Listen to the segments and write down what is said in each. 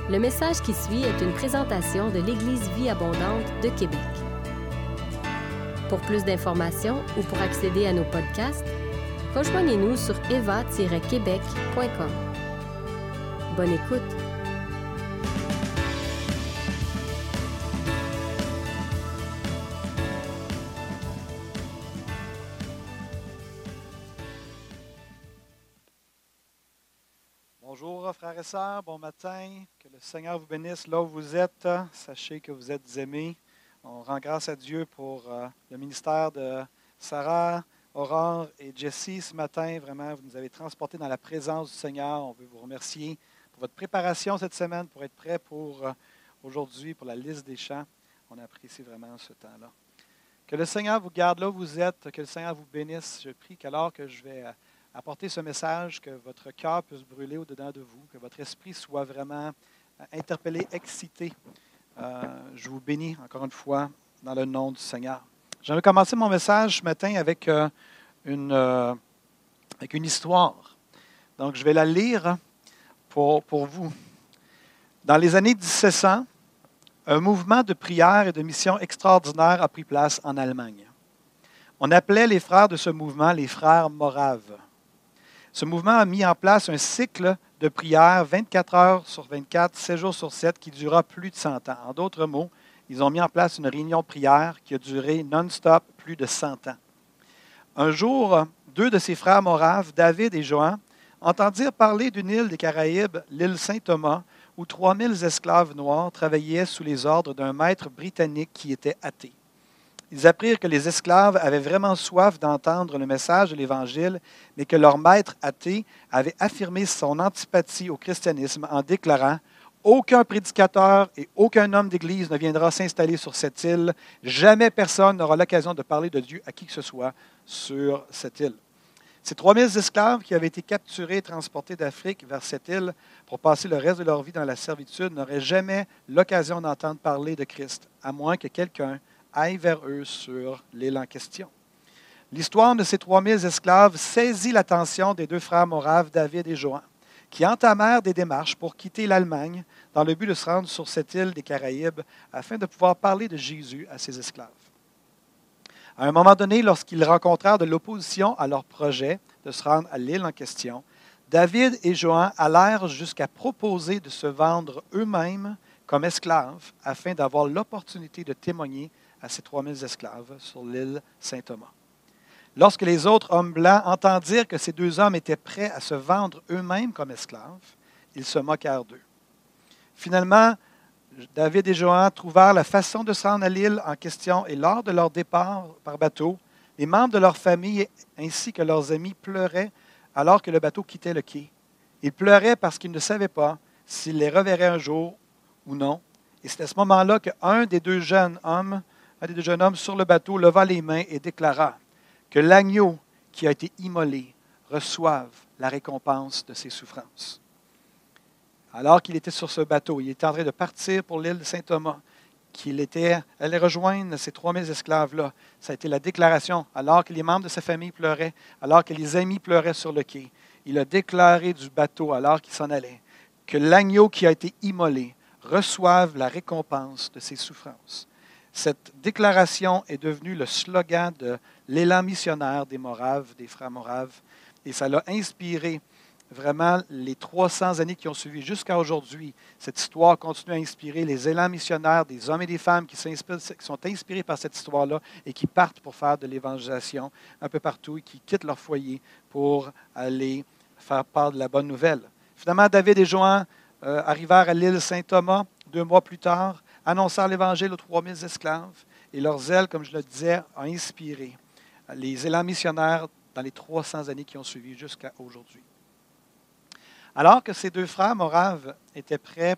Le message qui suit est une présentation de l'Église Vie Abondante de Québec. Pour plus d'informations ou pour accéder à nos podcasts, rejoignez-nous sur eva-québec.com. Bonne écoute! Bonjour frères et sœurs, bon matin, que le Seigneur vous bénisse là où vous êtes. Sachez que vous êtes aimés. On rend grâce à Dieu pour le ministère de Sarah, Aurore et Jessie ce matin. Vraiment, vous nous avez transportés dans la présence du Seigneur. On veut vous remercier pour votre préparation cette semaine, pour être prêt pour aujourd'hui, pour la liste des chants. On apprécie vraiment ce temps-là. Que le Seigneur vous garde là où vous êtes, que le Seigneur vous bénisse. Je prie qu'alors que je vais apporter ce message, que votre cœur puisse brûler au-dedans de vous, que votre esprit soit vraiment interpellé, excité. Je vous bénis encore une fois dans le nom du Seigneur. J'aimerais commencer mon message ce matin avec une histoire. Donc, je vais la lire pour vous. Dans les années 1700, un mouvement de prière et de mission extraordinaire a pris place en Allemagne. On appelait les frères de ce mouvement les frères moraves. Ce mouvement a mis en place un cycle de prière 24 heures sur 24, 7 jours sur 7, qui dura plus de 100 ans. En d'autres mots, ils ont mis en place une réunion de prière qui a duré non-stop plus de 100 ans. Un jour, deux de ses frères moraves, David et Johan, entendirent parler d'une île des Caraïbes, l'île Saint-Thomas, où 3000 esclaves noirs travaillaient sous les ordres d'un maître britannique qui était athée. Ils apprirent que les esclaves avaient vraiment soif d'entendre le message de l'Évangile, mais que leur maître athée avait affirmé son antipathie au christianisme en déclarant « Aucun prédicateur et aucun homme d'Église ne viendra s'installer sur cette île. Jamais personne n'aura l'occasion de parler de Dieu à qui que ce soit sur cette île. » Ces 3000 esclaves qui avaient été capturés et transportés d'Afrique vers cette île pour passer le reste de leur vie dans la servitude n'auraient jamais l'occasion d'entendre parler de Christ, à moins que quelqu'un aille vers eux sur l'île en question. L'histoire de ces 3000 esclaves saisit l'attention des deux frères moraves, David et Johan, qui entamèrent des démarches pour quitter l'Allemagne dans le but de se rendre sur cette île des Caraïbes afin de pouvoir parler de Jésus à ces esclaves. À un moment donné, lorsqu'ils rencontrèrent de l'opposition à leur projet de se rendre à l'île en question, David et Johan allèrent jusqu'à proposer de se vendre eux-mêmes comme esclaves afin d'avoir l'opportunité de témoigner à ces 3000 esclaves sur l'île Saint-Thomas. Lorsque les autres hommes blancs entendirent que ces deux hommes étaient prêts à se vendre eux-mêmes comme esclaves, ils se moquèrent d'eux. Finalement, David et Johan trouvèrent la façon de se rendre à l'île en question et lors de leur départ par bateau, les membres de leur famille ainsi que leurs amis pleuraient alors que le bateau quittait le quai. Ils pleuraient parce qu'ils ne savaient pas s'ils les reverraient un jour ou non. Et c'est à ce moment-là qu'un des deux jeunes hommes sur le bateau leva les mains et déclara que l'agneau qui a été immolé reçoive la récompense de ses souffrances. Alors qu'il était sur ce bateau, il était en train de partir pour l'île de Saint-Thomas, qu'il allait rejoindre ces 3000 esclaves-là. Ça a été la déclaration, alors que les membres de sa famille pleuraient, alors que les amis pleuraient sur le quai. Il a déclaré du bateau, alors qu'il s'en allait, que l'agneau qui a été immolé reçoive la récompense de ses souffrances. Cette déclaration est devenue le slogan de l'élan missionnaire des Moraves, des frères Moraves, et ça l'a inspiré vraiment les 300 années qui ont suivi jusqu'à aujourd'hui. Cette histoire continue à inspirer les élans missionnaires des hommes et des femmes qui sont inspirés par cette histoire-là et qui partent pour faire de l'évangélisation un peu partout et qui quittent leur foyer pour aller faire part de la bonne nouvelle. Finalement, David et Johan arrivèrent à l'île Saint-Thomas 2 mois plus tard, annoncèrent l'Évangile aux 3000 esclaves et leur zèle, comme je le disais, a inspiré les élans missionnaires dans les 300 années qui ont suivi jusqu'à aujourd'hui. Alors que ces deux frères moraves étaient prêts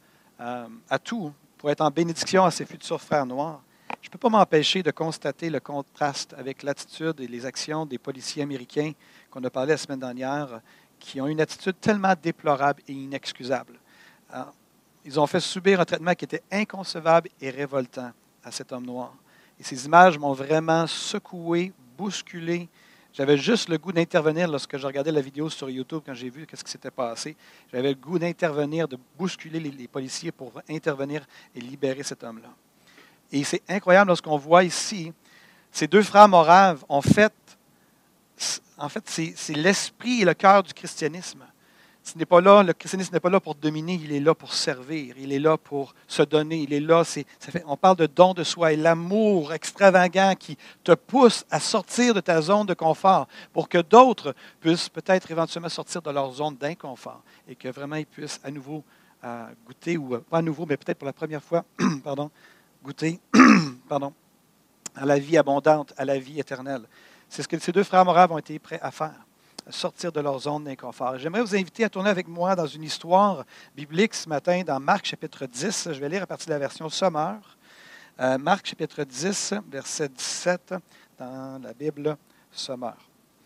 à tout pour être en bénédiction à ses futurs frères noirs, je ne peux pas m'empêcher de constater le contraste avec l'attitude et les actions des policiers américains qu'on a parlé la semaine dernière, qui ont une attitude tellement déplorable et inexcusable. Ils ont fait subir un traitement qui était inconcevable et révoltant à cet homme noir. Et ces images m'ont vraiment secoué, bousculé. J'avais juste le goût d'intervenir lorsque je regardais la vidéo sur YouTube quand j'ai vu ce qui s'était passé. J'avais le goût d'intervenir, de bousculer les policiers pour intervenir et libérer cet homme-là. Et c'est incroyable lorsqu'on voit ici, ces deux frères moraves ont fait, en fait, c'est l'esprit et le cœur du christianisme. Le christianisme n'est pas là pour dominer, il est là pour servir, il est là pour se donner, il est là, on parle de don de soi et l'amour extravagant qui te pousse à sortir de ta zone de confort pour que d'autres puissent peut-être éventuellement sortir de leur zone d'inconfort et que vraiment ils puissent à nouveau goûter, ou pas à nouveau, mais peut-être pour la première fois, goûter à la vie abondante, à la vie éternelle. C'est ce que ces deux frères moraves ont été prêts à faire. Sortir de leur zone d'inconfort. J'aimerais vous inviter à tourner avec moi dans une histoire biblique ce matin dans Marc chapitre 10. Je vais lire à partir de la version Sommeur. Marc chapitre 10, verset 17 dans la Bible Sommeur.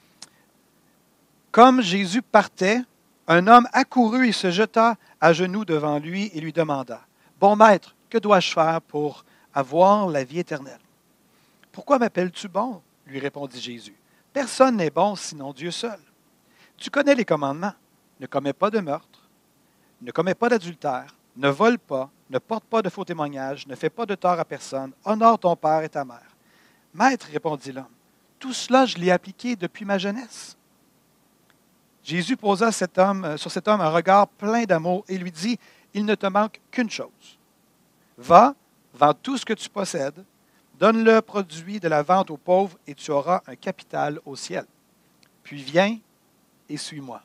Comme Jésus partait, un homme accourut et se jeta à genoux devant lui et lui demanda, « Bon maître, que dois-je faire pour avoir la vie éternelle? » « Pourquoi m'appelles-tu bon? » lui répondit Jésus. « Personne n'est bon sinon Dieu seul. Tu connais les commandements. Ne commets pas de meurtre, ne commets pas d'adultère, ne vole pas, ne porte pas de faux témoignages, ne fais pas de tort à personne, honore ton père et ta mère. Maître, répondit l'homme, tout cela je l'ai appliqué depuis ma jeunesse. Jésus posa sur cet homme un regard plein d'amour et lui dit, il ne te manque qu'une chose. Va, vends tout ce que tu possèdes, donne le produit de la vente aux pauvres et tu auras un capital au ciel. Puis viens et suis-moi.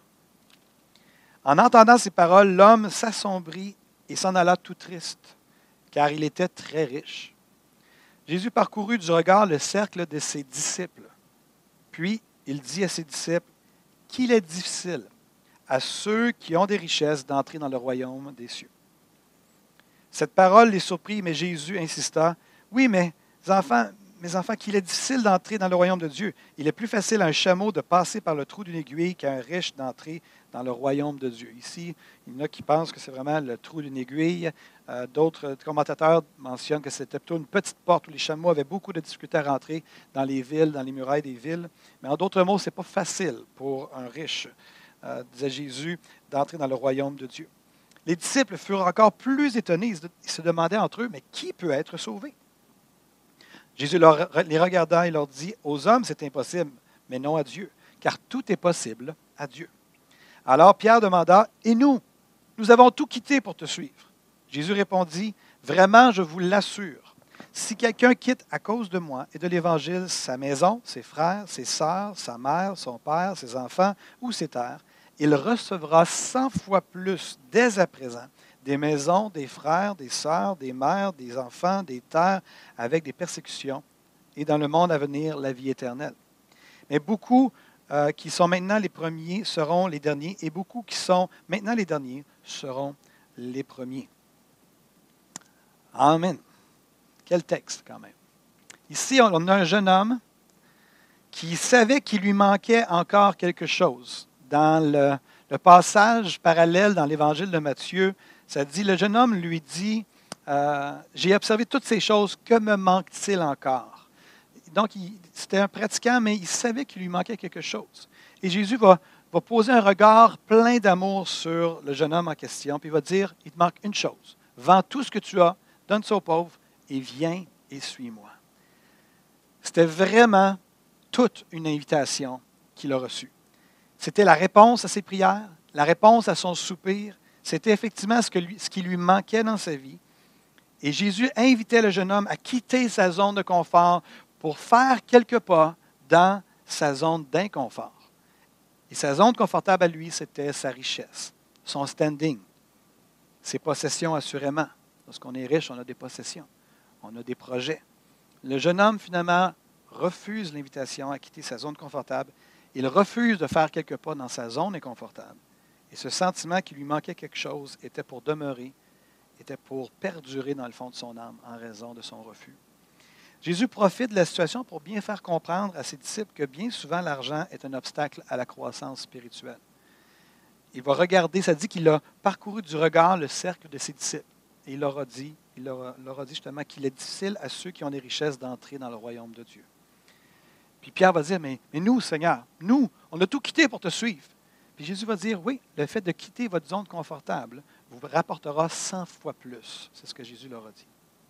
En entendant ces paroles, l'homme s'assombrit et s'en alla tout triste, car il était très riche. Jésus parcourut du regard le cercle de ses disciples. Puis il dit à ses disciples qu'il est difficile à ceux qui ont des richesses d'entrer dans le royaume des cieux. Cette parole les surprit, mais Jésus insista, « Oui, mes enfants, qu'il est difficile d'entrer dans le royaume de Dieu. Il est plus facile à un chameau de passer par le trou d'une aiguille qu'à un riche d'entrer dans le royaume de Dieu. » Ici, il y en a qui pensent que c'est vraiment le trou d'une aiguille. D'autres commentateurs mentionnent que c'était plutôt une petite porte où les chameaux avaient beaucoup de difficultés à rentrer dans les villes, dans les murailles des villes. Mais en d'autres mots, ce n'est pas facile pour un riche, disait Jésus, d'entrer dans le royaume de Dieu. Les disciples furent encore plus étonnés. Ils se demandaient entre eux, mais qui peut être sauvé? Jésus les regarda et leur dit, « Aux hommes, c'est impossible, mais non à Dieu, car tout est possible à Dieu. » Alors Pierre demanda, « Et nous? Nous avons tout quitté pour te suivre. » Jésus répondit, « Vraiment, je vous l'assure, si quelqu'un quitte à cause de moi et de l'Évangile sa maison, ses frères, ses sœurs, sa mère, son père, ses enfants ou ses terres, il recevra 100 fois plus dès à présent des maisons, des frères, des sœurs, des mères, des enfants, des terres, avec des persécutions, et dans le monde à venir, la vie éternelle. Mais beaucoup qui sont maintenant les premiers seront les derniers, et beaucoup qui sont maintenant les derniers seront les premiers. » Amen. Quel texte quand même. Ici, on a un jeune homme qui savait qu'il lui manquait encore quelque chose. Dans le passage parallèle dans l'Évangile de Matthieu, ça dit, le jeune homme lui dit, j'ai observé toutes ces choses, que me manque-t-il encore? Donc, c'était un pratiquant, mais il savait qu'il lui manquait quelque chose. Et Jésus va poser un regard plein d'amour sur le jeune homme en question, puis il va dire, il te manque une chose. Vends tout ce que tu as, donne ça aux pauvres, et viens et suis-moi. C'était vraiment toute une invitation qu'il a reçue. C'était la réponse à ses prières, la réponse à son soupir. C'était effectivement ce qui lui manquait dans sa vie. Et Jésus invitait le jeune homme à quitter sa zone de confort pour faire quelques pas dans sa zone d'inconfort. Et sa zone confortable à lui, c'était sa richesse, son standing, ses possessions assurément. Lorsqu'on est riche, on a des possessions, on a des projets. Le jeune homme, finalement, refuse l'invitation à quitter sa zone confortable. Il refuse de faire quelques pas dans sa zone inconfortable. Et ce sentiment qu'il lui manquait quelque chose était pour demeurer, était pour perdurer dans le fond de son âme en raison de son refus. Jésus profite de la situation pour bien faire comprendre à ses disciples que bien souvent l'argent est un obstacle à la croissance spirituelle. Il va regarder, ça dit qu'il a parcouru du regard le cercle de ses disciples. Et il leur a dit justement qu'il est difficile à ceux qui ont des richesses d'entrer dans le royaume de Dieu. Puis Pierre va dire, mais nous, Seigneur, nous, on a tout quitté pour te suivre. Puis Jésus va dire, oui, le fait de quitter votre zone confortable vous rapportera 100 fois plus. C'est ce que Jésus leur a dit.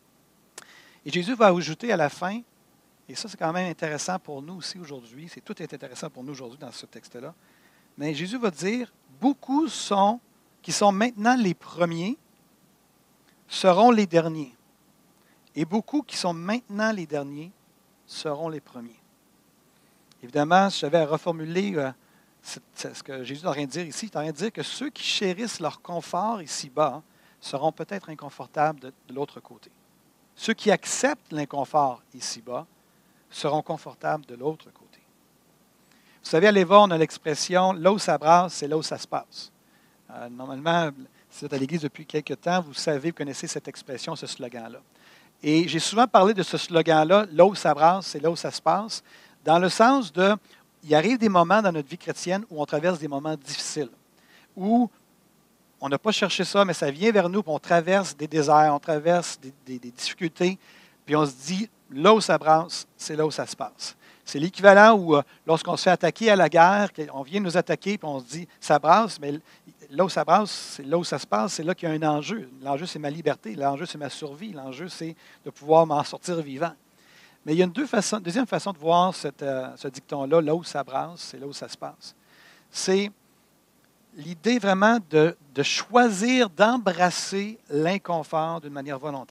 Et Jésus va ajouter à la fin, et ça c'est quand même intéressant pour nous aussi aujourd'hui, tout est intéressant pour nous aujourd'hui dans ce texte-là, mais Jésus va dire, beaucoup qui sont maintenant les premiers seront les derniers. Et beaucoup qui sont maintenant les derniers seront les premiers. Évidemment, si j'avais à reformuler ce que Jésus est en train de dire ici, il est en train de dire que ceux qui chérissent leur confort ici-bas seront peut-être inconfortables de l'autre côté. Ceux qui acceptent l'inconfort ici-bas seront confortables de l'autre côté. Vous savez, à l'Éva, on a l'expression « là où ça brasse, c'est là où ça se passe ». Normalement, si vous êtes à l'Église depuis quelque temps, vous connaissez cette expression, ce slogan-là. Et j'ai souvent parlé de ce slogan-là, « là où ça brasse, c'est là où ça se passe », dans le sens de, il arrive des moments dans notre vie chrétienne où on traverse des moments difficiles, où on n'a pas cherché ça, mais ça vient vers nous, puis on traverse des déserts, on traverse des difficultés, puis on se dit, là où ça brasse, c'est là où ça se passe. C'est l'équivalent où, lorsqu'on se fait attaquer à la guerre, on vient nous attaquer, puis on se dit, ça brasse, mais là où ça brasse, c'est là où ça se passe, c'est là qu'il y a un enjeu. L'enjeu, c'est ma liberté, l'enjeu, c'est ma survie, l'enjeu, c'est de pouvoir m'en sortir vivant. Mais il y a une deuxième façon de voir ce dicton-là, là où ça brasse, c'est là où ça se passe. C'est l'idée vraiment de choisir d'embrasser l'inconfort d'une manière volontaire.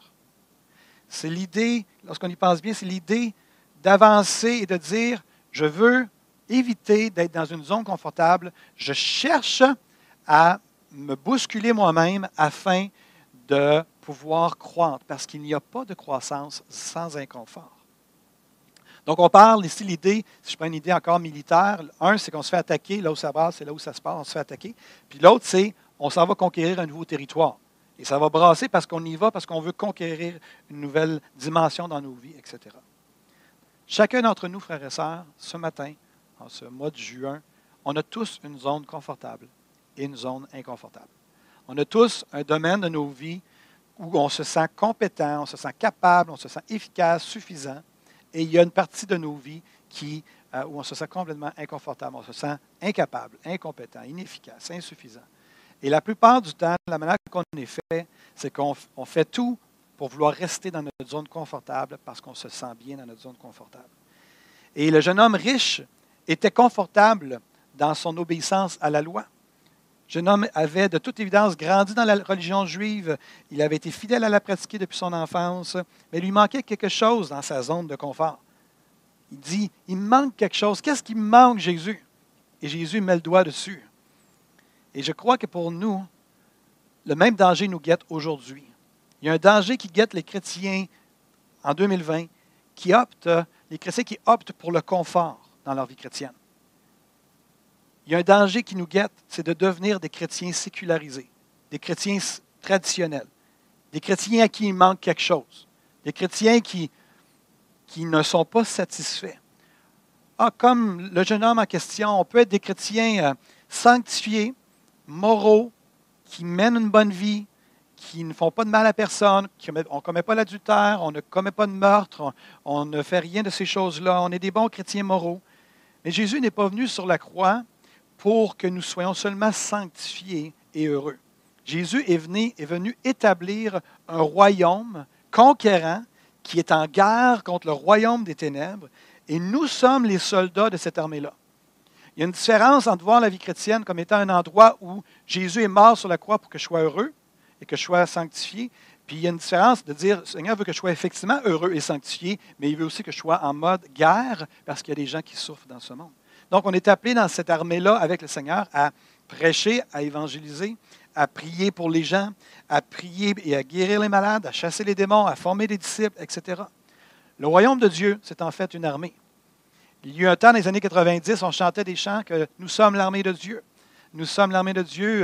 C'est l'idée, lorsqu'on y pense bien, c'est l'idée d'avancer et de dire, je veux éviter d'être dans une zone confortable, je cherche à me bousculer moi-même afin de pouvoir croître, parce qu'il n'y a pas de croissance sans inconfort. Donc, on parle ici l'idée, si je prends une idée encore militaire, un, c'est qu'on se fait attaquer, là où ça brasse, c'est là où ça se passe, on se fait attaquer. Puis l'autre, c'est on s'en va conquérir un nouveau territoire. Et ça va brasser parce qu'on y va, parce qu'on veut conquérir une nouvelle dimension dans nos vies, etc. Chacun d'entre nous, frères et sœurs, ce matin, en ce mois de juin, on a tous une zone confortable et une zone inconfortable. On a tous un domaine de nos vies où on se sent compétent, on se sent capable, on se sent efficace, suffisant. Et il y a une partie de nos vies où on se sent complètement inconfortable, on se sent incapable, incompétent, inefficace, insuffisant. Et la plupart du temps, la manière qu'on est fait, c'est qu'on fait tout pour vouloir rester dans notre zone confortable parce qu'on se sent bien dans notre zone confortable. Et le jeune homme riche était confortable dans son obéissance à la loi. Le jeune homme avait de toute évidence grandi dans la religion juive. Il avait été fidèle à la pratiquer depuis son enfance, mais il lui manquait quelque chose dans sa zone de confort. Il dit, il me manque quelque chose. Qu'est-ce qui me manque, Jésus? Et Jésus met le doigt dessus. Et je crois que pour nous, le même danger nous guette aujourd'hui. Il y a un danger qui guette les chrétiens en 2020, les chrétiens qui optent pour le confort dans leur vie chrétienne. Il y a un danger qui nous guette, c'est de devenir des chrétiens sécularisés, des chrétiens traditionnels, des chrétiens à qui il manque quelque chose, des chrétiens qui ne sont pas satisfaits. Comme le jeune homme en question, on peut être des chrétiens sanctifiés, moraux, qui mènent une bonne vie, qui ne font pas de mal à personne, on ne commet pas l'adultère, on ne commet pas de meurtre, on ne fait rien de ces choses-là, on est des bons chrétiens moraux. Mais Jésus n'est pas venu sur la croix pour que nous soyons seulement sanctifiés et heureux. Jésus est venu établir un royaume conquérant qui est en guerre contre le royaume des ténèbres, et nous sommes les soldats de cette armée-là. Il y a une différence entre voir la vie chrétienne comme étant un endroit où Jésus est mort sur la croix pour que je sois heureux et que je sois sanctifié, puis il y a une différence de dire, le Seigneur veut que je sois effectivement heureux et sanctifié, mais il veut aussi que je sois en mode guerre parce qu'il y a des gens qui souffrent dans ce monde. Donc, on est appelé dans cette armée-là avec le Seigneur à prêcher, à évangéliser, à prier pour les gens, à prier et à guérir les malades, à chasser les démons, à former des disciples, etc. Le royaume de Dieu, c'est en fait une armée. Il y a eu un temps, dans les années 90, on chantait des chants que nous sommes l'armée de Dieu. Nous sommes l'armée de Dieu.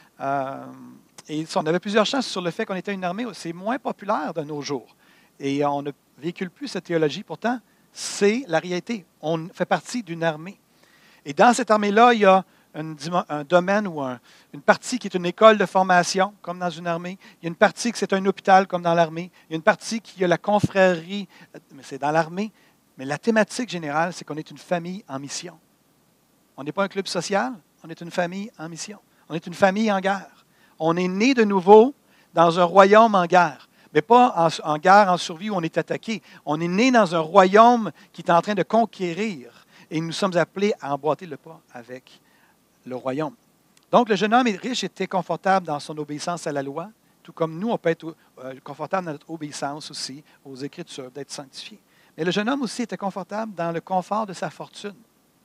Et on avait plusieurs chants sur le fait qu'on était une armée. C'est moins populaire de nos jours. Et on ne véhicule plus cette théologie. Pourtant, c'est la réalité. On fait partie d'une armée. Et dans cette armée-là, il y a un domaine ou une partie qui est une école de formation, comme dans une armée. Il y a une partie qui c'est un hôpital, comme dans l'armée. Il y a une partie qui est la confrérie, mais c'est dans l'armée. Mais la thématique générale, c'est qu'on est une famille en mission. On n'est pas un club social, on est une famille en mission. On est une famille en guerre. On est né de nouveau dans un royaume en guerre. Mais pas en guerre, en survie où on est attaqué. On est né dans un royaume qui est en train de conquérir. Et nous sommes appelés à emboîter le pas avec le royaume. Donc, le jeune homme riche était confortable dans son obéissance à la loi, tout comme nous, on peut être confortable dans notre obéissance aussi aux Écritures, d'être sanctifié. Mais le jeune homme aussi était confortable dans le confort de sa fortune.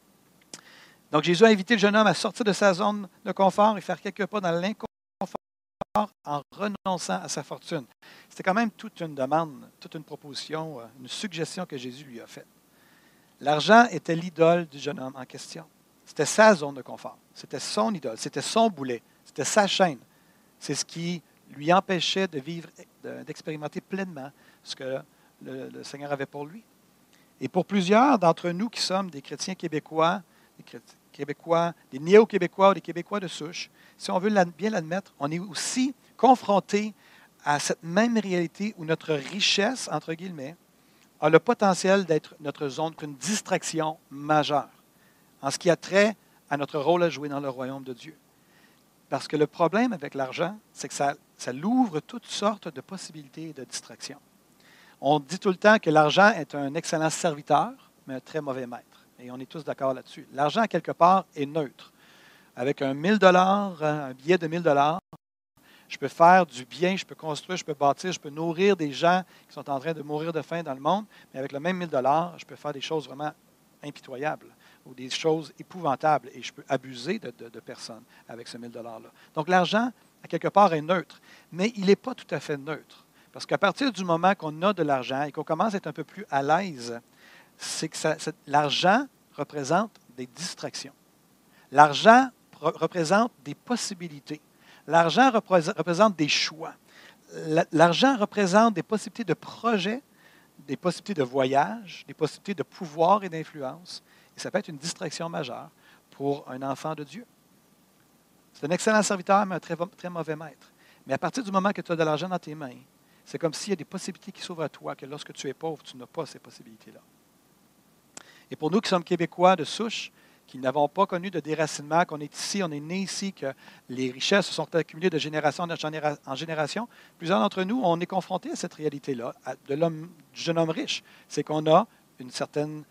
Donc, Jésus a invité le jeune homme à sortir de sa zone de confort et faire quelques pas dans l'inconfort en renonçant à sa fortune. C'était quand même toute une demande, toute une proposition, une suggestion que Jésus lui a faite. L'argent était l'idole du jeune homme en question. C'était sa zone de confort. C'était son idole. C'était son boulet. C'était sa chaîne. C'est ce qui lui empêchait de vivre, d'expérimenter pleinement ce que le Seigneur avait pour lui. Et pour plusieurs d'entre nous qui sommes des chrétiens québécois, des néo-québécois ou des Québécois de souche, si on veut bien l'admettre, on est aussi confrontés à cette même réalité où notre richesse, entre guillemets, a le potentiel d'être notre zone qu'une distraction majeure en ce qui a trait à notre rôle à jouer dans le royaume de Dieu. Parce que le problème avec l'argent, c'est que ça l'ouvre toutes sortes de possibilités et de distractions. On dit tout le temps que l'argent est un excellent serviteur, mais un très mauvais maître. Et on est tous d'accord là-dessus. L'argent, quelque part, est neutre. Avec un 1 000 $, un billet de 1 000 $, je peux faire du bien, je peux construire, je peux bâtir, je peux nourrir des gens qui sont en train de mourir de faim dans le monde. Mais avec le même 1 000 $, je peux faire des choses vraiment impitoyables ou des choses épouvantables. Et je peux abuser de personnes avec ce 1 000 $-là. Donc l'argent, à quelque part, est neutre. Mais il n'est pas tout à fait neutre. Parce qu'à partir du moment qu'on a de l'argent et qu'on commence à être un peu plus à l'aise, c'est que l'argent représente des distractions. L'argent représente des possibilités. L'argent représente des choix. L'argent représente des possibilités de projets, des possibilités de voyage, des possibilités de pouvoir et d'influence. Et ça peut être une distraction majeure pour un enfant de Dieu. C'est un excellent serviteur, mais un très, très mauvais maître. Mais à partir du moment que tu as de l'argent dans tes mains, c'est comme s'il y a des possibilités qui s'ouvrent à toi, que lorsque tu es pauvre, tu n'as pas ces possibilités-là. Et pour nous qui sommes Québécois de souche, qui n'avons pas connu de déracinement, qu'on est ici, on est né ici, que les richesses se sont accumulées de génération en génération, plusieurs d'entre nous, on est confrontés à cette réalité-là, du jeune homme riche. C'est qu'on a une certaine,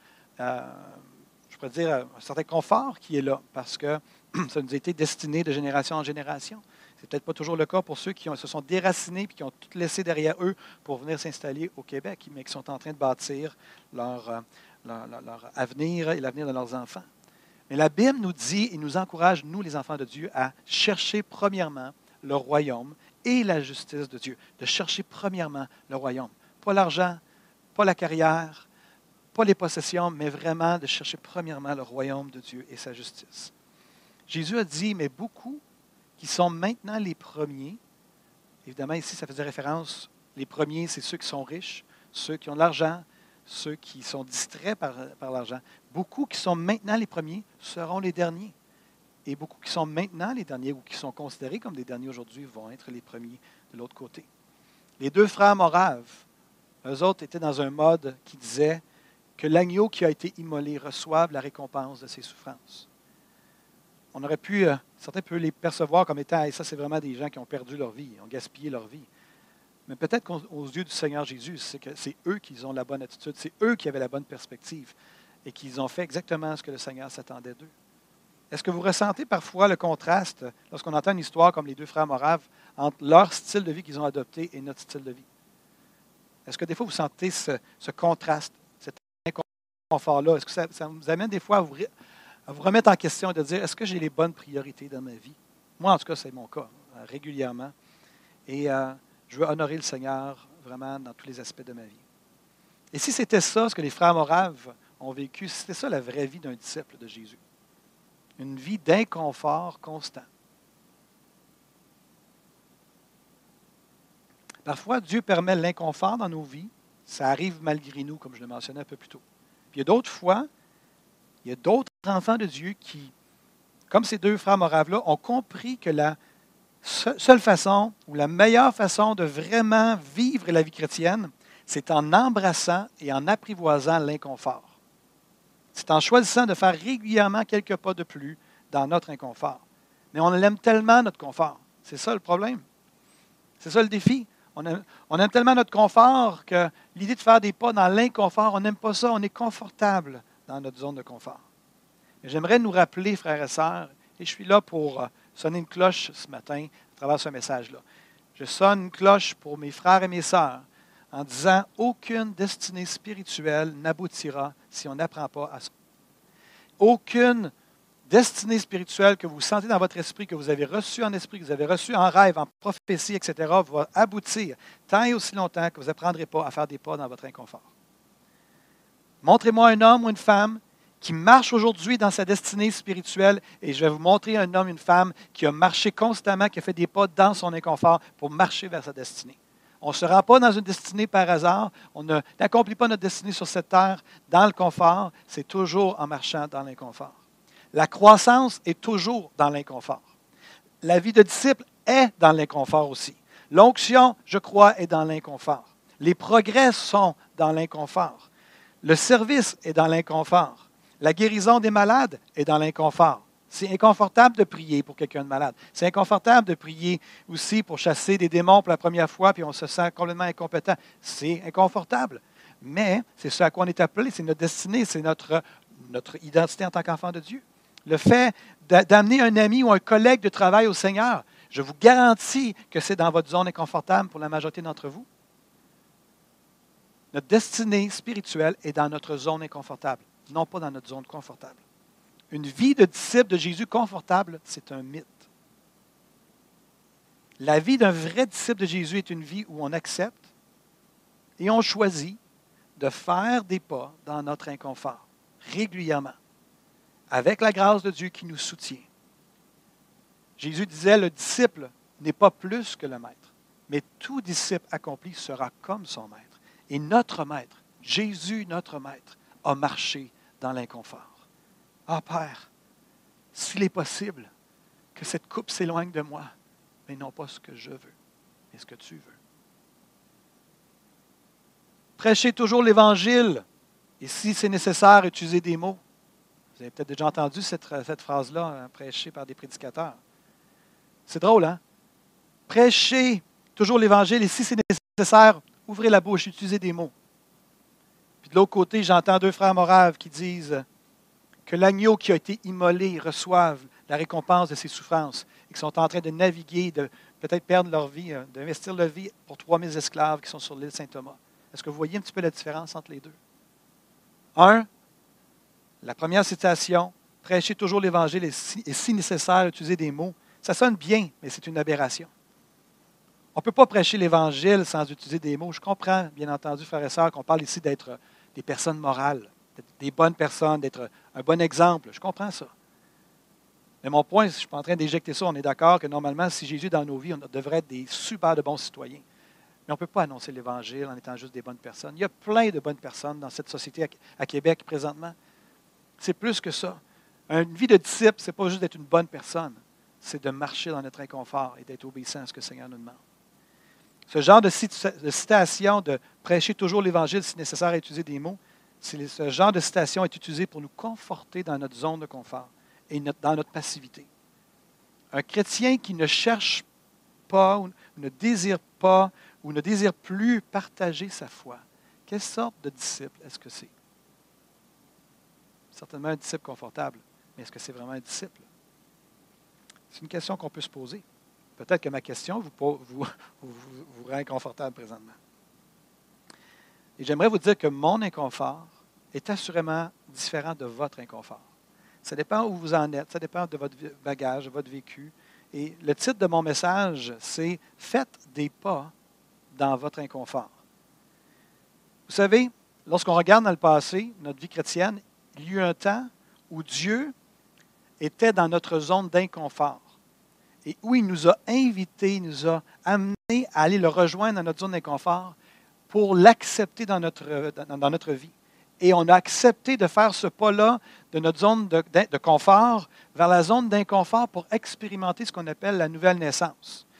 je pourrais dire, un certain confort qui est là, parce que ça nous a été destiné de génération en génération. C'est peut-être pas toujours le cas pour ceux qui se sont déracinés et qui ont tout laissé derrière eux pour venir s'installer au Québec, mais qui sont en train de bâtir leur avenir et l'avenir de leurs enfants. Mais la Bible nous dit et nous encourage, nous les enfants de Dieu, à chercher premièrement le royaume et la justice de Dieu. De chercher premièrement le royaume. Pas l'argent, pas la carrière, pas les possessions, mais vraiment de chercher premièrement le royaume de Dieu et sa justice. Jésus a dit, mais beaucoup qui sont maintenant les premiers, évidemment ici ça faisait référence, les premiers c'est ceux qui sont riches, ceux qui ont de l'argent, ceux qui sont distraits par l'argent. Beaucoup qui sont maintenant les premiers seront les derniers. Et beaucoup qui sont maintenant les derniers ou qui sont considérés comme des derniers aujourd'hui vont être les premiers de l'autre côté. Les deux frères Moraves, eux autres étaient dans un mode qui disait que l'agneau qui a été immolé reçoive la récompense de ses souffrances. On aurait pu, certains peuvent les percevoir comme étant, hey, ça c'est vraiment des gens qui ont perdu leur vie, ont gaspillé leur vie. Mais peut-être qu'aux yeux du Seigneur Jésus, c'est que c'est eux qui ont la bonne attitude, c'est eux qui avaient la bonne perspective et qu'ils ont fait exactement ce que le Seigneur s'attendait d'eux. Est-ce que vous ressentez parfois le contraste lorsqu'on entend une histoire comme les deux frères Moraves entre leur style de vie qu'ils ont adopté et notre style de vie? Est-ce que des fois vous sentez ce contraste, cet inconfort-là? Est-ce que ça vous amène des fois à vous remettre en question et de dire, est-ce que j'ai les bonnes priorités dans ma vie? Moi, en tout cas, c'est mon cas, régulièrement. Et je veux honorer le Seigneur vraiment dans tous les aspects de ma vie. Et si c'était ça, ce que les frères Moraves ont vécu, si c'était ça la vraie vie d'un disciple de Jésus, une vie d'inconfort constant. Parfois, Dieu permet l'inconfort dans nos vies. Ça arrive malgré nous, comme je le mentionnais un peu plus tôt. Puis il y a d'autres fois, il y a d'autres enfants de Dieu qui, comme ces deux frères Moraves-là, ont compris que la seule façon ou la meilleure façon de vraiment vivre la vie chrétienne, C'est en embrassant et en apprivoisant l'inconfort. C'est en choisissant de faire régulièrement quelques pas de plus dans notre inconfort. Mais on aime tellement notre confort. C'est ça le problème. C'est ça le défi. On aime tellement notre confort que l'idée de faire des pas dans l'inconfort, on n'aime pas ça. On est confortable dans notre zone de confort. Mais j'aimerais nous rappeler, frères et sœurs, et je suis là pour sonner une cloche ce matin à travers ce message-là. Je sonne une cloche pour mes frères et mes sœurs en disant « Aucune destinée spirituelle n'aboutira si on n'apprend pas à ça. » Aucune destinée spirituelle que vous sentez dans votre esprit, que vous avez reçue en esprit, que vous avez reçue en rêve, en prophétie, etc., va aboutir tant et aussi longtemps que vous n'apprendrez pas à faire des pas dans votre inconfort. Montrez-moi un homme ou une femme qui marche aujourd'hui dans sa destinée spirituelle et je vais vous montrer un homme, une femme qui a marché constamment, qui a fait des pas dans son inconfort pour marcher vers sa destinée. On ne se rend pas dans une destinée par hasard. On n'accomplit pas notre destinée sur cette terre dans le confort. C'est toujours en marchant dans l'inconfort. La croissance est toujours dans l'inconfort. La vie de disciple est dans l'inconfort aussi. L'onction, je crois, est dans l'inconfort. Les progrès sont dans l'inconfort. Le service est dans l'inconfort. La guérison des malades est dans l'inconfort. C'est inconfortable de prier pour quelqu'un de malade. C'est inconfortable de prier aussi pour chasser des démons pour la première fois, puis on se sent complètement incompétent. C'est inconfortable. Mais c'est ce à quoi on est appelé, c'est notre destinée, c'est notre identité en tant qu'enfant de Dieu. Le fait d'amener un ami ou un collègue de travail au Seigneur, je vous garantis que c'est dans votre zone inconfortable pour la majorité d'entre vous. Notre destinée spirituelle est dans notre zone inconfortable, non pas dans notre zone confortable. Une vie de disciple de Jésus confortable, c'est un mythe. La vie d'un vrai disciple de Jésus est une vie où on accepte et on choisit de faire des pas dans notre inconfort, régulièrement, avec la grâce de Dieu qui nous soutient. Jésus disait, le disciple n'est pas plus que le maître, mais tout disciple accompli sera comme son maître. Et notre maître, Jésus, notre maître, a marché dans l'inconfort. Ah, Père, s'il est possible que cette coupe s'éloigne de moi, mais non pas ce que je veux, mais ce que tu veux. Prêchez toujours l'Évangile, et si c'est nécessaire, utilisez des mots. Vous avez peut-être déjà entendu cette phrase-là, prêchée par des prédicateurs. C'est drôle, hein? Prêchez toujours l'Évangile, et si c'est nécessaire, ouvrez la bouche, utilisez des mots. Puis de l'autre côté, j'entends deux frères moraves qui disent que l'agneau qui a été immolé reçoive la récompense de ses souffrances et qui sont en train de naviguer, de peut-être perdre leur vie, d'investir leur vie pour 3000 esclaves qui sont sur l'île Saint-Thomas. Est-ce que vous voyez un petit peu la différence entre les deux? La première citation, prêchez toujours l'Évangile et si nécessaire, utilisez des mots. Ça sonne bien, mais c'est une aberration. On ne peut pas prêcher l'Évangile sans utiliser des mots. Je comprends, bien entendu, frères et sœurs, qu'on parle ici d'être des personnes morales, d'être des bonnes personnes, d'être un bon exemple. Je comprends ça. Mais mon point, je ne suis pas en train d'éjecter ça. On est d'accord que normalement, si Jésus est dans nos vies, on devrait être des super de bons citoyens. Mais on ne peut pas annoncer l'Évangile en étant juste des bonnes personnes. Il y a plein de bonnes personnes dans cette société à Québec présentement. C'est plus que ça. Une vie de disciple, ce n'est pas juste d'être une bonne personne. C'est de marcher dans notre inconfort et d'être obéissant à ce que le Seigneur nous demande. Ce genre de citation de prêcher toujours l'Évangile si nécessaire à utiliser des mots, ce genre de citation est utilisé pour nous conforter dans notre zone de confort et dans notre passivité. Un chrétien qui ne cherche pas ou ne désire pas ou ne désire plus partager sa foi, quelle sorte de disciple est-ce que c'est? Certainement un disciple confortable, mais est-ce que c'est vraiment un disciple? C'est une question qu'on peut se poser. Peut-être que ma question vous rend inconfortable présentement. Et j'aimerais vous dire que mon inconfort est assurément différent de votre inconfort. Ça dépend où vous en êtes, ça dépend de votre bagage, de votre vécu. Et le titre de mon message, c'est « Faites des pas dans votre inconfort ». Vous savez, lorsqu'on regarde dans le passé, notre vie chrétienne, il y a eu un temps où Dieu était dans notre zone d'inconfort et où il nous a invités, il nous a amenés à aller le rejoindre dans notre zone d'inconfort pour l'accepter dans notre vie. Et on a accepté de faire ce pas-là de notre zone de confort vers la zone d'inconfort pour expérimenter ce qu'on appelle la nouvelle naissance.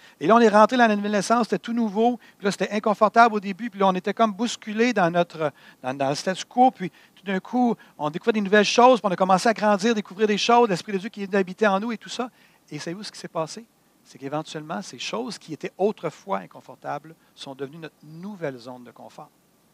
Et là, on est rentré dans la nouvelle naissance, c'était tout nouveau. Puis là, c'était inconfortable au début. Puis là, on était comme bousculés dans le statu quo. Puis tout d'un coup, on découvrait des nouvelles choses. Puis on a commencé à grandir, découvrir des choses, l'Esprit de Dieu qui est habité en nous et tout ça. Et savez-vous ce qui s'est passé? C'est qu'éventuellement, ces choses qui étaient autrefois inconfortables sont devenues notre nouvelle zone de confort.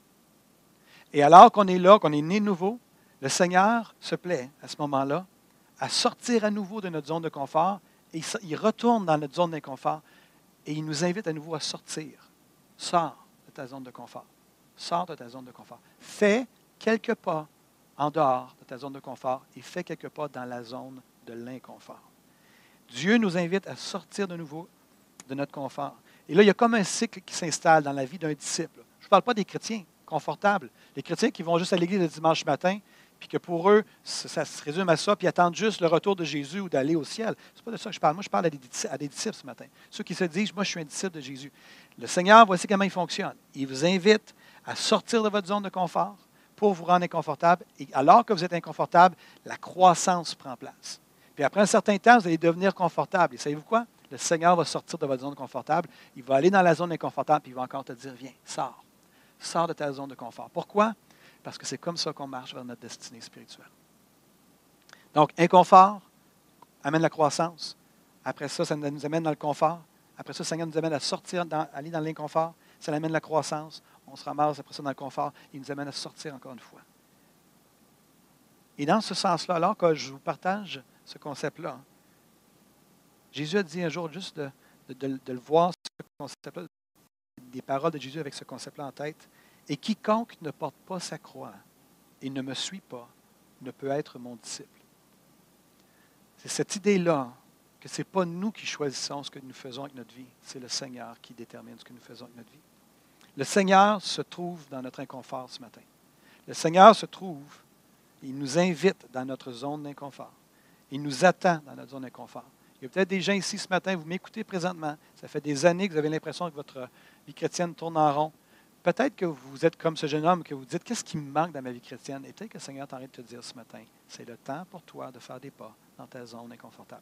Et alors qu'on est là, qu'on est né nouveau, le Seigneur se plaît à ce moment-là à sortir à nouveau de notre zone de confort et il retourne dans notre zone d'inconfort et il nous invite à nouveau à sortir. Sors de ta zone de confort. Sors de ta zone de confort. Fais quelques pas en dehors de ta zone de confort et fais quelques pas dans la zone de l'inconfort. Dieu nous invite à sortir de nouveau de notre confort. Et là, il y a comme un cycle qui s'installe dans la vie d'un disciple. Je ne parle pas des chrétiens confortables. Les chrétiens qui vont juste à l'église le dimanche matin, puis que pour eux, ça se résume à ça, puis attendent juste le retour de Jésus ou d'aller au ciel. Ce n'est pas de ça que je parle. Moi, je parle à des disciples ce matin. Ceux qui se disent, moi, je suis un disciple de Jésus. Le Seigneur, voici comment il fonctionne. Il vous invite à sortir de votre zone de confort pour vous rendre inconfortable. Et alors que vous êtes inconfortable, la croissance prend place. Puis après un certain temps, vous allez devenir confortable. Et savez-vous quoi? Le Seigneur va sortir de votre zone confortable. Il va aller dans la zone inconfortable, puis il va encore te dire, viens, sors. Sors de ta zone de confort. Pourquoi? Parce que c'est comme ça qu'on marche vers notre destinée spirituelle. Donc, inconfort amène la croissance. Après ça, ça nous amène dans le confort. Après ça, le Seigneur nous amène à sortir, aller dans l'inconfort. Ça amène la croissance. On se ramasse après ça dans le confort. Il nous amène à sortir encore une fois. Et dans ce sens-là, alors que je vous partage ce concept-là, Jésus a dit un jour juste de le voir, ce concept-là, des paroles de Jésus avec ce concept-là en tête. Et quiconque ne porte pas sa croix et ne me suit pas ne peut être mon disciple. C'est cette idée-là que ce n'est pas nous qui choisissons ce que nous faisons avec notre vie, c'est le Seigneur qui détermine ce que nous faisons avec notre vie. Le Seigneur se trouve dans notre inconfort ce matin. Le Seigneur se trouve, il nous invite dans notre zone d'inconfort. Il nous attend dans notre zone d'inconfort. Il y a peut-être des gens ici ce matin, vous m'écoutez présentement, ça fait des années que vous avez l'impression que votre vie chrétienne tourne en rond. Peut-être que vous êtes comme ce jeune homme, que vous dites, qu'est-ce qui me manque dans ma vie chrétienne? Et peut-être que le Seigneur t'arrête de te dire ce matin, c'est le temps pour toi de faire des pas dans ta zone inconfortable.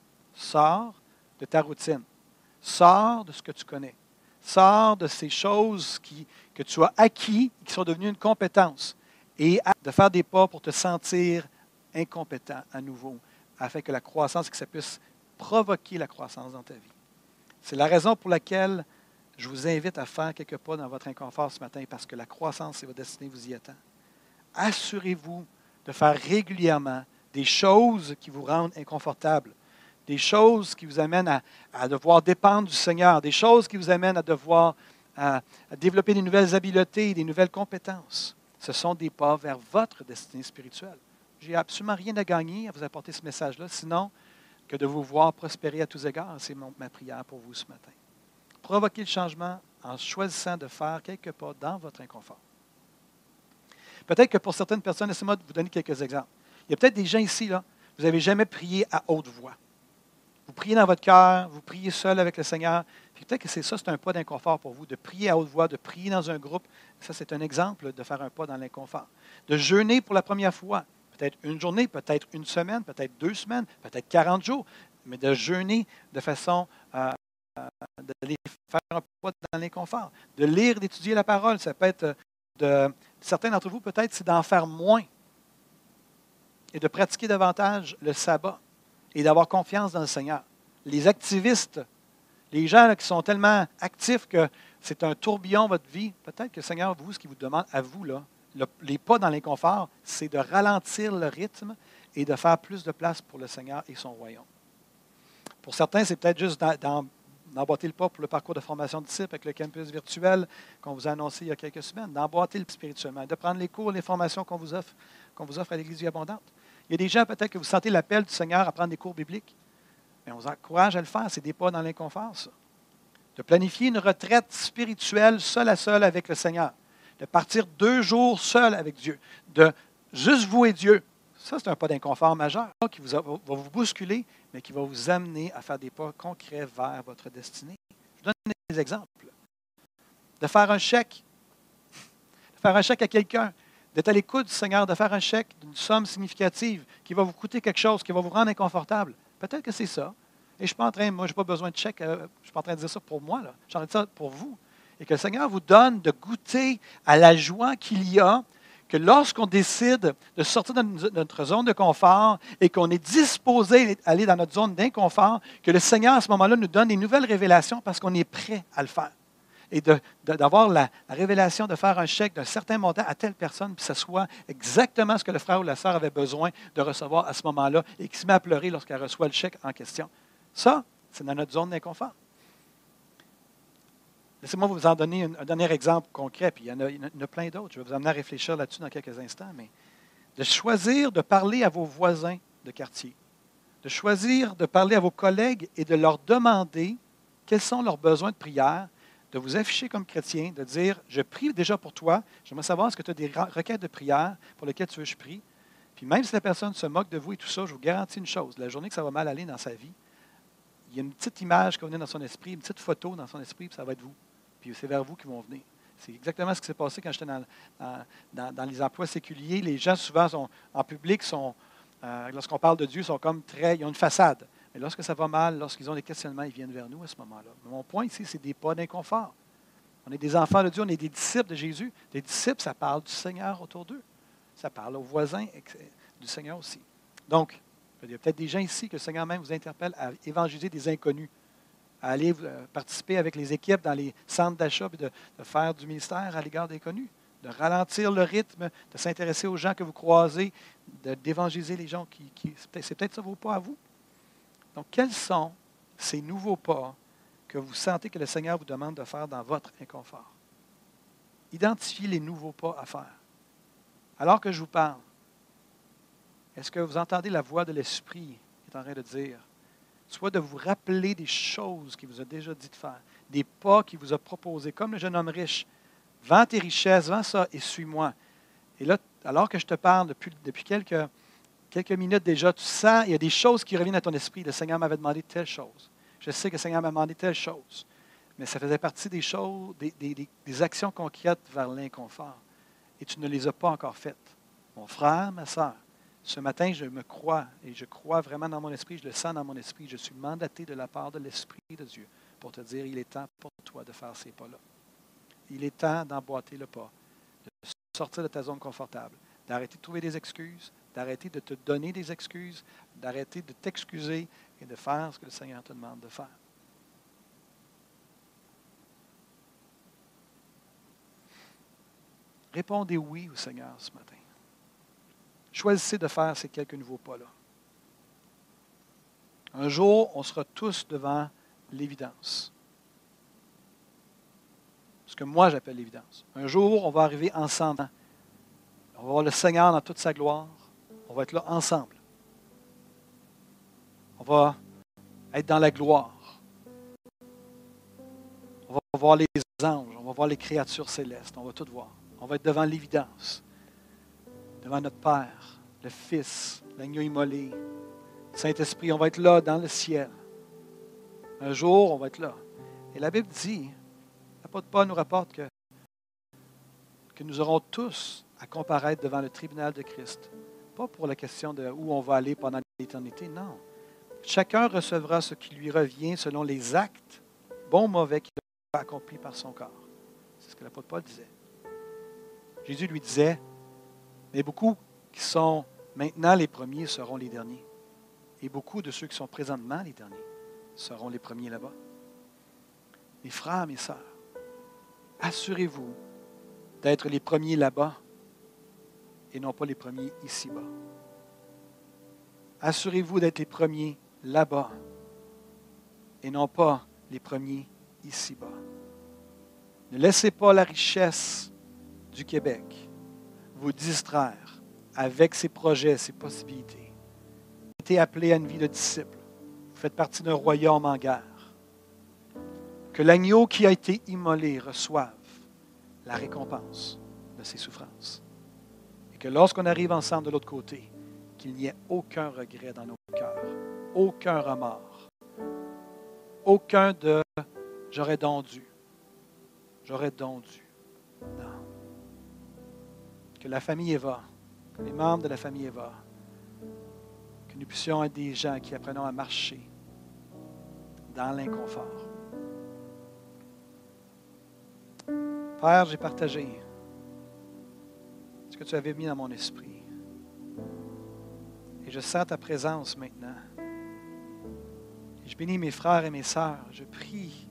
Sors de ta routine. Sors de ce que tu connais. Sors de ces choses que tu as acquis, qui sont devenues une compétence. Et de faire des pas pour te sentir incompétent à nouveau, afin que la croissance, que ça puisse provoquer la croissance dans ta vie. C'est la raison pour laquelle je vous invite à faire quelques pas dans votre inconfort ce matin parce que la croissance et votre destinée vous y attend. Assurez-vous de faire régulièrement des choses qui vous rendent inconfortables, des choses qui vous amènent à devoir dépendre du Seigneur, des choses qui vous amènent à devoir à développer des nouvelles habiletés, des nouvelles compétences. Ce sont des pas vers votre destinée spirituelle. Je n'ai absolument rien à gagner à vous apporter ce message-là, sinon que de vous voir prospérer à tous égards. C'est ma prière pour vous ce matin. Provoquez le changement en choisissant de faire quelques pas dans votre inconfort. Peut-être que pour certaines personnes, laissez-moi vous donner quelques exemples. Il y a peut-être des gens ici, là, vous n'avez jamais prié à haute voix. Vous priez dans votre cœur, vous priez seul avec le Seigneur. Puis peut-être que c'est un pas d'inconfort pour vous, de prier à haute voix, de prier dans un groupe. Ça, c'est un exemple de faire un pas dans l'inconfort. De jeûner pour la première fois. Peut-être une journée, peut-être une semaine, peut-être 2 semaines, peut-être 40 jours. Mais de jeûner de façon d'aller faire un pas dans l'inconfort, de lire, d'étudier la parole. Ça peut être, certains d'entre vous, peut-être, c'est d'en faire moins et de pratiquer davantage le sabbat et d'avoir confiance dans le Seigneur. Les activistes, les gens là, qui sont tellement actifs que c'est un tourbillon votre vie, peut-être que le Seigneur, vous, ce qu'il vous demande à vous, là, les pas dans l'inconfort, c'est de ralentir le rythme et de faire plus de place pour le Seigneur et son royaume. Pour certains, c'est peut-être juste d'emboîter le pas pour le parcours de formation de disciples avec le campus virtuel qu'on vous a annoncé il y a quelques semaines, d'emboîter le spirituellement, de prendre les cours, les formations qu'on vous offre à l'Église Vie Abondante. Il y a des gens peut-être que vous sentez l'appel du Seigneur à prendre des cours bibliques. Mais on vous encourage à le faire, c'est des pas dans l'inconfort, ça. De planifier une retraite spirituelle seul à seul avec le Seigneur. De partir 2 jours seul avec Dieu. De juste vous et Dieu. Ça, c'est un pas d'inconfort majeur qui va vous bousculer, mais qui va vous amener à faire des pas concrets vers votre destinée. Je vous donne des exemples. De faire un chèque. De faire un chèque à quelqu'un. D'être à l'écoute du Seigneur, de faire un chèque d'une somme significative qui va vous coûter quelque chose, qui va vous rendre inconfortable. Peut-être que c'est ça. Et je ne suis pas en train, moi, je n'ai pas besoin de chèque, je ne suis pas en train de dire ça pour moi, là. Je suis en train de dire ça pour vous. Et que le Seigneur vous donne de goûter à la joie qu'il y a, que lorsqu'on décide de sortir de notre zone de confort et qu'on est disposé à aller dans notre zone d'inconfort, que le Seigneur, à ce moment-là, nous donne des nouvelles révélations parce qu'on est prêt à le faire. Et d'avoir la révélation de faire un chèque d'un certain montant à telle personne, puis que ce soit exactement ce que le frère ou la sœur avait besoin de recevoir à ce moment-là et qui se met à pleurer lorsqu'elle reçoit le chèque en question. Ça, c'est dans notre zone d'inconfort. Laissez-moi vous en donner un dernier exemple concret, puis il y en a plein d'autres. Je vais vous amener à réfléchir là-dessus dans quelques instants, mais de choisir de parler à vos voisins de quartier, de choisir de parler à vos collègues et de leur demander quels sont leurs besoins de prière, de vous afficher comme chrétien, de dire, je prie déjà pour toi, j'aimerais savoir est-ce que tu as des requêtes de prière pour lesquelles tu veux que je prie. Puis même si la personne se moque de vous et tout ça, je vous garantis une chose, la journée que ça va mal aller dans sa vie, il y a une petite image qui va venir dans son esprit, une petite photo dans son esprit, puis ça va être vous. Puis c'est vers vous qu'ils vont venir. C'est exactement ce qui s'est passé quand j'étais dans les emplois séculiers. Les gens, souvent, en public, lorsqu'on parle de Dieu, sont comme ils ont une façade. Mais lorsque ça va mal, lorsqu'ils ont des questionnements, ils viennent vers nous à ce moment-là. Mais mon point ici, c'est des pas d'inconfort. On est des enfants de Dieu, on est des disciples de Jésus. Les disciples, ça parle du Seigneur autour d'eux. Ça parle aux voisins du Seigneur aussi. Donc, il y a peut-être des gens ici que le Seigneur même vous interpelle à évangéliser des inconnus, à aller participer avec les équipes dans les centres d'achat et de faire du ministère à l'égard des inconnus, de ralentir le rythme, de s'intéresser aux gens que vous croisez, d'évangéliser les gens c'est peut-être ça vos pas à vous. Donc, quels sont ces nouveaux pas que vous sentez que le Seigneur vous demande de faire dans votre inconfort? Identifiez les nouveaux pas à faire. Alors que je vous parle, est-ce que vous entendez la voix de l'Esprit qui est en train de dire, soit de vous rappeler des choses qu'il vous a déjà dit de faire, des pas qu'il vous a proposés, comme le jeune homme riche, vends tes richesses, vends ça et suis-moi. Et là, alors que je te parle depuis quelques minutes déjà, tu sens, il y a des choses qui reviennent à ton esprit. Le Seigneur m'avait demandé telle chose. Je sais que le Seigneur m'a demandé telle chose. Mais ça faisait partie des choses, des actions concrètes vers l'inconfort. Et tu ne les as pas encore faites. Mon frère, ma sœur, ce matin, je me crois, et je crois vraiment dans mon esprit, je le sens dans mon esprit, je suis mandaté de la part de l'Esprit de Dieu pour te dire, il est temps pour toi de faire ces pas-là. Il est temps d'emboîter le pas, de sortir de ta zone confortable, d'arrêter de trouver des excuses, d'arrêter de te donner des excuses, d'arrêter de t'excuser et de faire ce que le Seigneur te demande de faire. Répondez oui au Seigneur ce matin. Choisissez de faire ces quelques nouveaux pas-là. Un jour, on sera tous devant l'évidence. Ce que moi j'appelle l'évidence. Un jour, on va arriver ensemble. On va voir le Seigneur dans toute sa gloire. On va être là ensemble. On va être dans la gloire. On va voir les anges, on va voir les créatures célestes, on va tout voir. On va être devant l'évidence, devant notre Père, le Fils, l'agneau immolé, le Saint-Esprit. On va être là dans le ciel. Un jour, on va être là. Et la Bible dit, l'apôtre Paul nous rapporte que nous aurons tous à comparaître devant le tribunal de Christ. Pas pour la question de où on va aller pendant l'éternité, non. Chacun recevra ce qui lui revient selon les actes, bons ou mauvais, qu'il a accomplis par son corps. C'est ce que l'apôtre Paul disait. Jésus lui disait, mais beaucoup qui sont maintenant les premiers seront les derniers. Et beaucoup de ceux qui sont présentement les derniers seront les premiers là-bas. Mes frères, mes sœurs, assurez-vous d'être les premiers là-bas et non pas les premiers ici-bas. Assurez-vous d'être les premiers là-bas et non pas les premiers ici-bas. Ne laissez pas la richesse du Québec vous distraire avec ses projets, ses possibilités. Vous avez été appelé à une vie de disciple. Vous faites partie d'un royaume en guerre. Que l'agneau qui a été immolé reçoive la récompense de ses souffrances. Et que lorsqu'on arrive ensemble de l'autre côté, qu'il n'y ait aucun regret dans nos cœurs, aucun remords, aucun de « j'aurais donc dû ». J'aurais donc dû. Non. Que la famille Eva, que les membres de la famille Eva, que nous puissions être des gens qui apprenons à marcher dans l'inconfort. Père, j'ai partagé ce que tu avais mis dans mon esprit. Et je sens ta présence maintenant. Et je bénis mes frères et mes sœurs. Je prie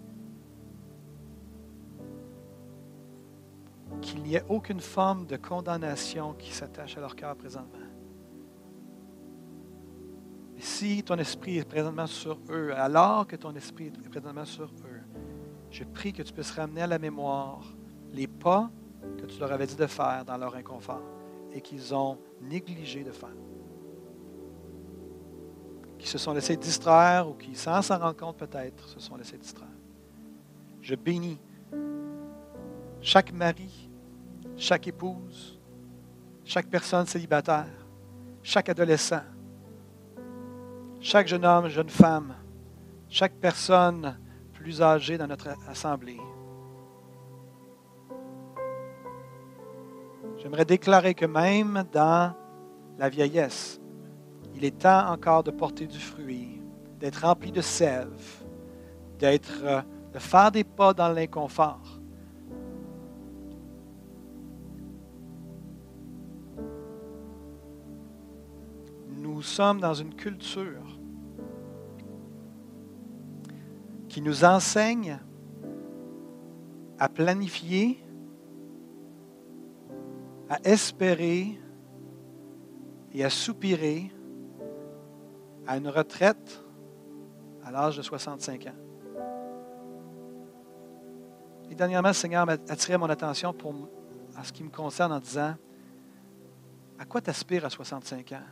qu'il n'y ait aucune forme de condamnation qui s'attache à leur cœur présentement. Et si ton esprit est présentement sur eux, alors que ton esprit est présentement sur eux, je prie que tu puisses ramener à la mémoire les pas que tu leur avais dit de faire dans leur inconfort et qu'ils ont négligé de faire. Qui se sont laissés distraire ou qui, sans s'en rendre compte peut-être, se sont laissés distraire. Je bénis chaque mari, chaque épouse, chaque personne célibataire, chaque adolescent, chaque jeune homme, jeune femme, chaque personne plus âgée dans notre assemblée. J'aimerais déclarer que même dans la vieillesse, il est temps encore de porter du fruit, d'être rempli de sève, de faire des pas dans l'inconfort. Nous sommes dans une culture qui nous enseigne à planifier, à espérer et à soupirer à une retraite à l'âge de 65 ans. Et dernièrement, le Seigneur m'a attiré mon attention à ce qui me concerne en disant, à quoi tu aspires à 65 ans?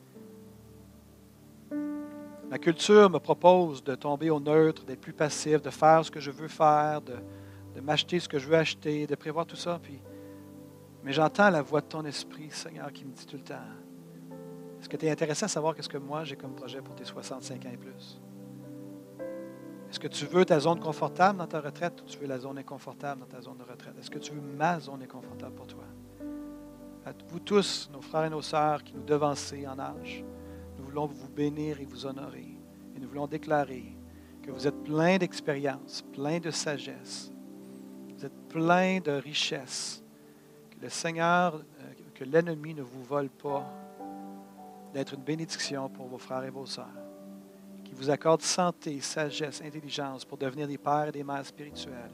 Ma culture me propose de tomber au neutre, d'être plus passif, de faire ce que je veux faire, de m'acheter ce que je veux acheter, de prévoir tout ça. Mais j'entends la voix de ton esprit, Seigneur, qui me dit tout le temps, est-ce que tu es intéressé à savoir qu'est-ce que moi j'ai comme projet pour tes 65 ans et plus? Est-ce que tu veux ta zone confortable dans ta retraite ou tu veux la zone inconfortable dans ta zone de retraite? Est-ce que tu veux ma zone inconfortable pour toi? À vous tous, nos frères et nos sœurs qui nous devancez en âge, nous voulons vous bénir et vous honorer. Et nous voulons déclarer que vous êtes plein d'expérience, plein de sagesse. Vous êtes plein de richesse. Que le Seigneur, que l'ennemi ne vous vole pas d'être une bénédiction pour vos frères et vos sœurs. Qu'il vous accorde santé, sagesse, intelligence pour devenir des pères et des mères spirituels.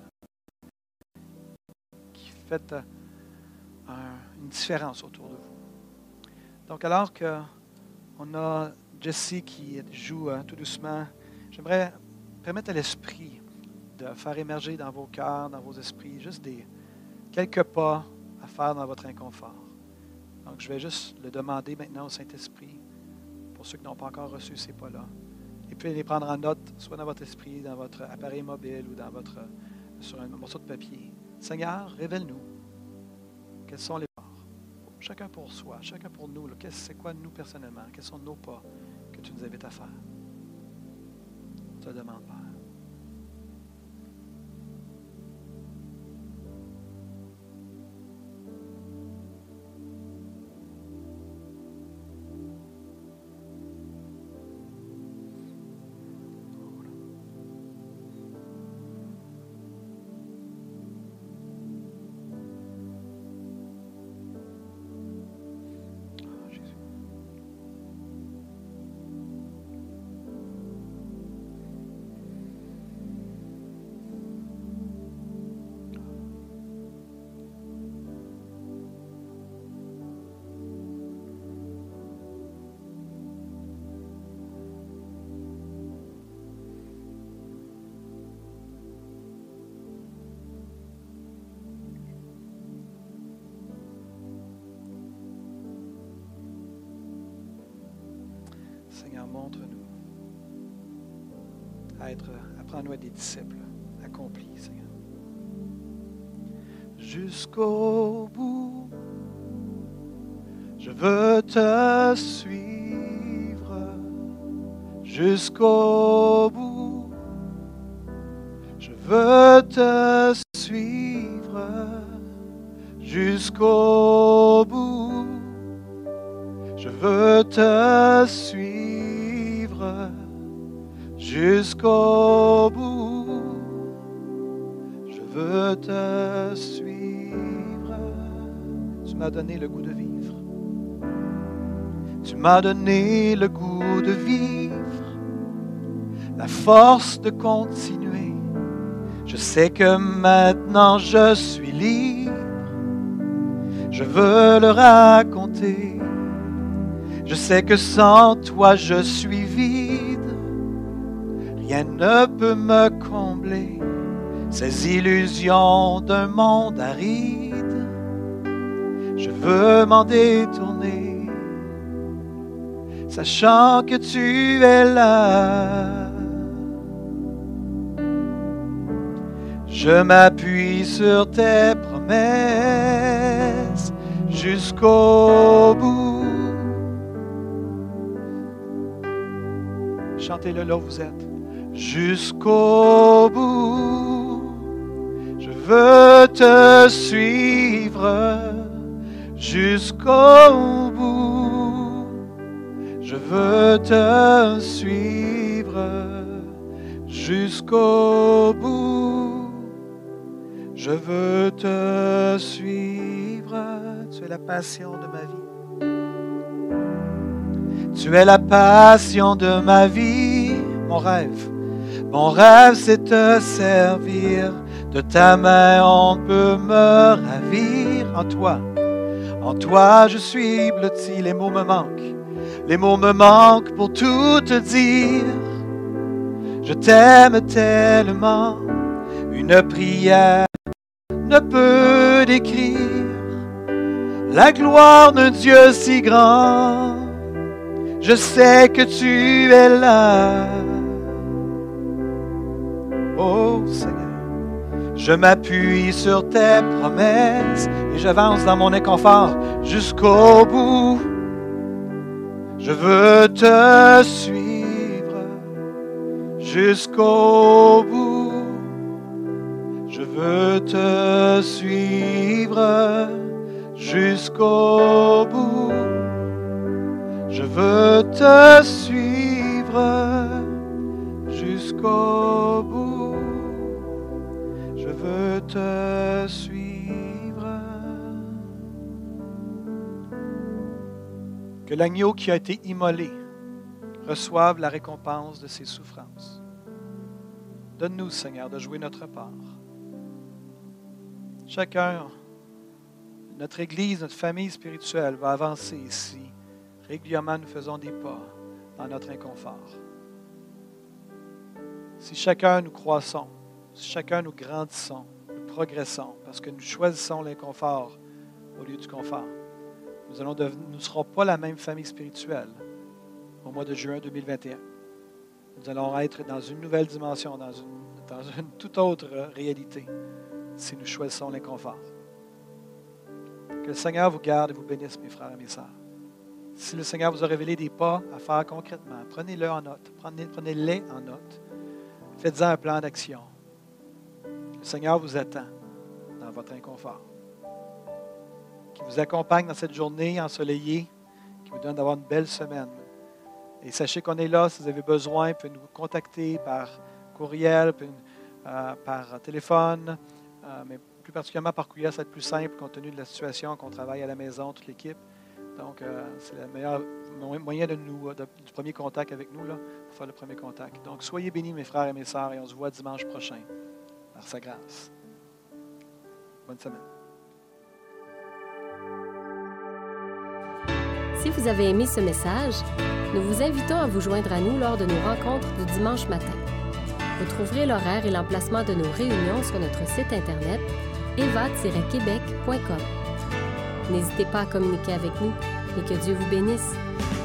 Qui fait une différence autour de vous. Donc alors que on a Jessie qui joue tout doucement. J'aimerais permettre à l'Esprit de faire émerger dans vos cœurs, dans vos esprits, juste quelques pas à faire dans votre inconfort. Donc, je vais juste le demander maintenant au Saint-Esprit, pour ceux qui n'ont pas encore reçu ces pas-là. Et puis les prendre en note, soit dans votre esprit, dans votre appareil mobile ou sur un morceau de papier. Seigneur, révèle-nous quels sont les pas. Chacun pour soi, chacun pour nous. C'est quoi nous personnellement? Quels sont nos pas que tu nous invites à faire? On te le demande, Père. Seigneur, montre-nous apprends-nous à être des disciples accomplis, Seigneur. Jusqu'au bout, je veux te suivre. Jusqu'au bout, je veux te suivre. Jusqu'au bout, je veux te suivre. jusqu'au bout. Je veux te suivre. Tu m'as donné le goût de vivre. Tu m'as donné le goût de vivre, la force de continuer. Je sais que maintenant je suis libre. Je veux le raconter. Je sais que sans toi je suis vide. Rien ne peut me combler ces illusions d'un monde aride. Je veux m'en détourner, sachant que tu es là. Je m'appuie sur tes promesses jusqu'au bout. Chantez-le là où vous êtes. Jusqu'au bout, je veux te suivre. Jusqu'au bout, je veux te suivre. Jusqu'au bout, je veux te suivre. Tu es la passion de ma vie. Tu es la passion de ma vie. Mon rêve c'est te servir. De ta main on peut me ravir. En toi je suis blotti. Les mots me manquent pour tout te dire. Je t'aime tellement, une prière ne peut décrire la gloire d'un Dieu si grand. Je sais que tu es là. Oh Seigneur, je m'appuie sur tes promesses et j'avance dans mon inconfort jusqu'au bout. Je veux te suivre jusqu'au bout. Je veux te suivre jusqu'au bout. Je veux te suivre jusqu'au bout. Je veux te suivre. Que l'agneau qui a été immolé reçoive la récompense de ses souffrances. Donne-nous, Seigneur, de jouer notre part. Chacun, notre Église, notre famille spirituelle va avancer ici. Régulièrement, nous faisons des pas dans notre inconfort. Si chacun nous croissons, si chacun nous grandissons, nous progressons, parce que nous choisissons l'inconfort au lieu du confort, nous ne serons pas la même famille spirituelle au mois de juin 2021. Nous allons être dans une nouvelle dimension, dans une toute autre réalité, si nous choisissons l'inconfort. Que le Seigneur vous garde et vous bénisse, mes frères et mes sœurs. Si le Seigneur vous a révélé des pas à faire concrètement, prenez-les en note. Faites-en un plan d'action. Le Seigneur vous attend dans votre inconfort. Qui vous accompagne dans cette journée ensoleillée, qui vous donne d'avoir une belle semaine. Et sachez qu'on est là si vous avez besoin. Vous pouvez nous contacter par courriel, par téléphone, mais plus particulièrement par courriel, ça va être plus simple compte tenu de la situation qu'on travaille à la maison, toute l'équipe. Donc, c'est le meilleur moyen du premier contact avec nous, là, pour faire le premier contact. Donc, soyez bénis, mes frères et mes sœurs, et on se voit dimanche prochain, par sa grâce. Bonne semaine. Si vous avez aimé ce message, nous vous invitons à vous joindre à nous lors de nos rencontres du dimanche matin. Vous trouverez l'horaire et l'emplacement de nos réunions sur notre site internet eva-québec.com. N'hésitez pas à communiquer avec nous et que Dieu vous bénisse.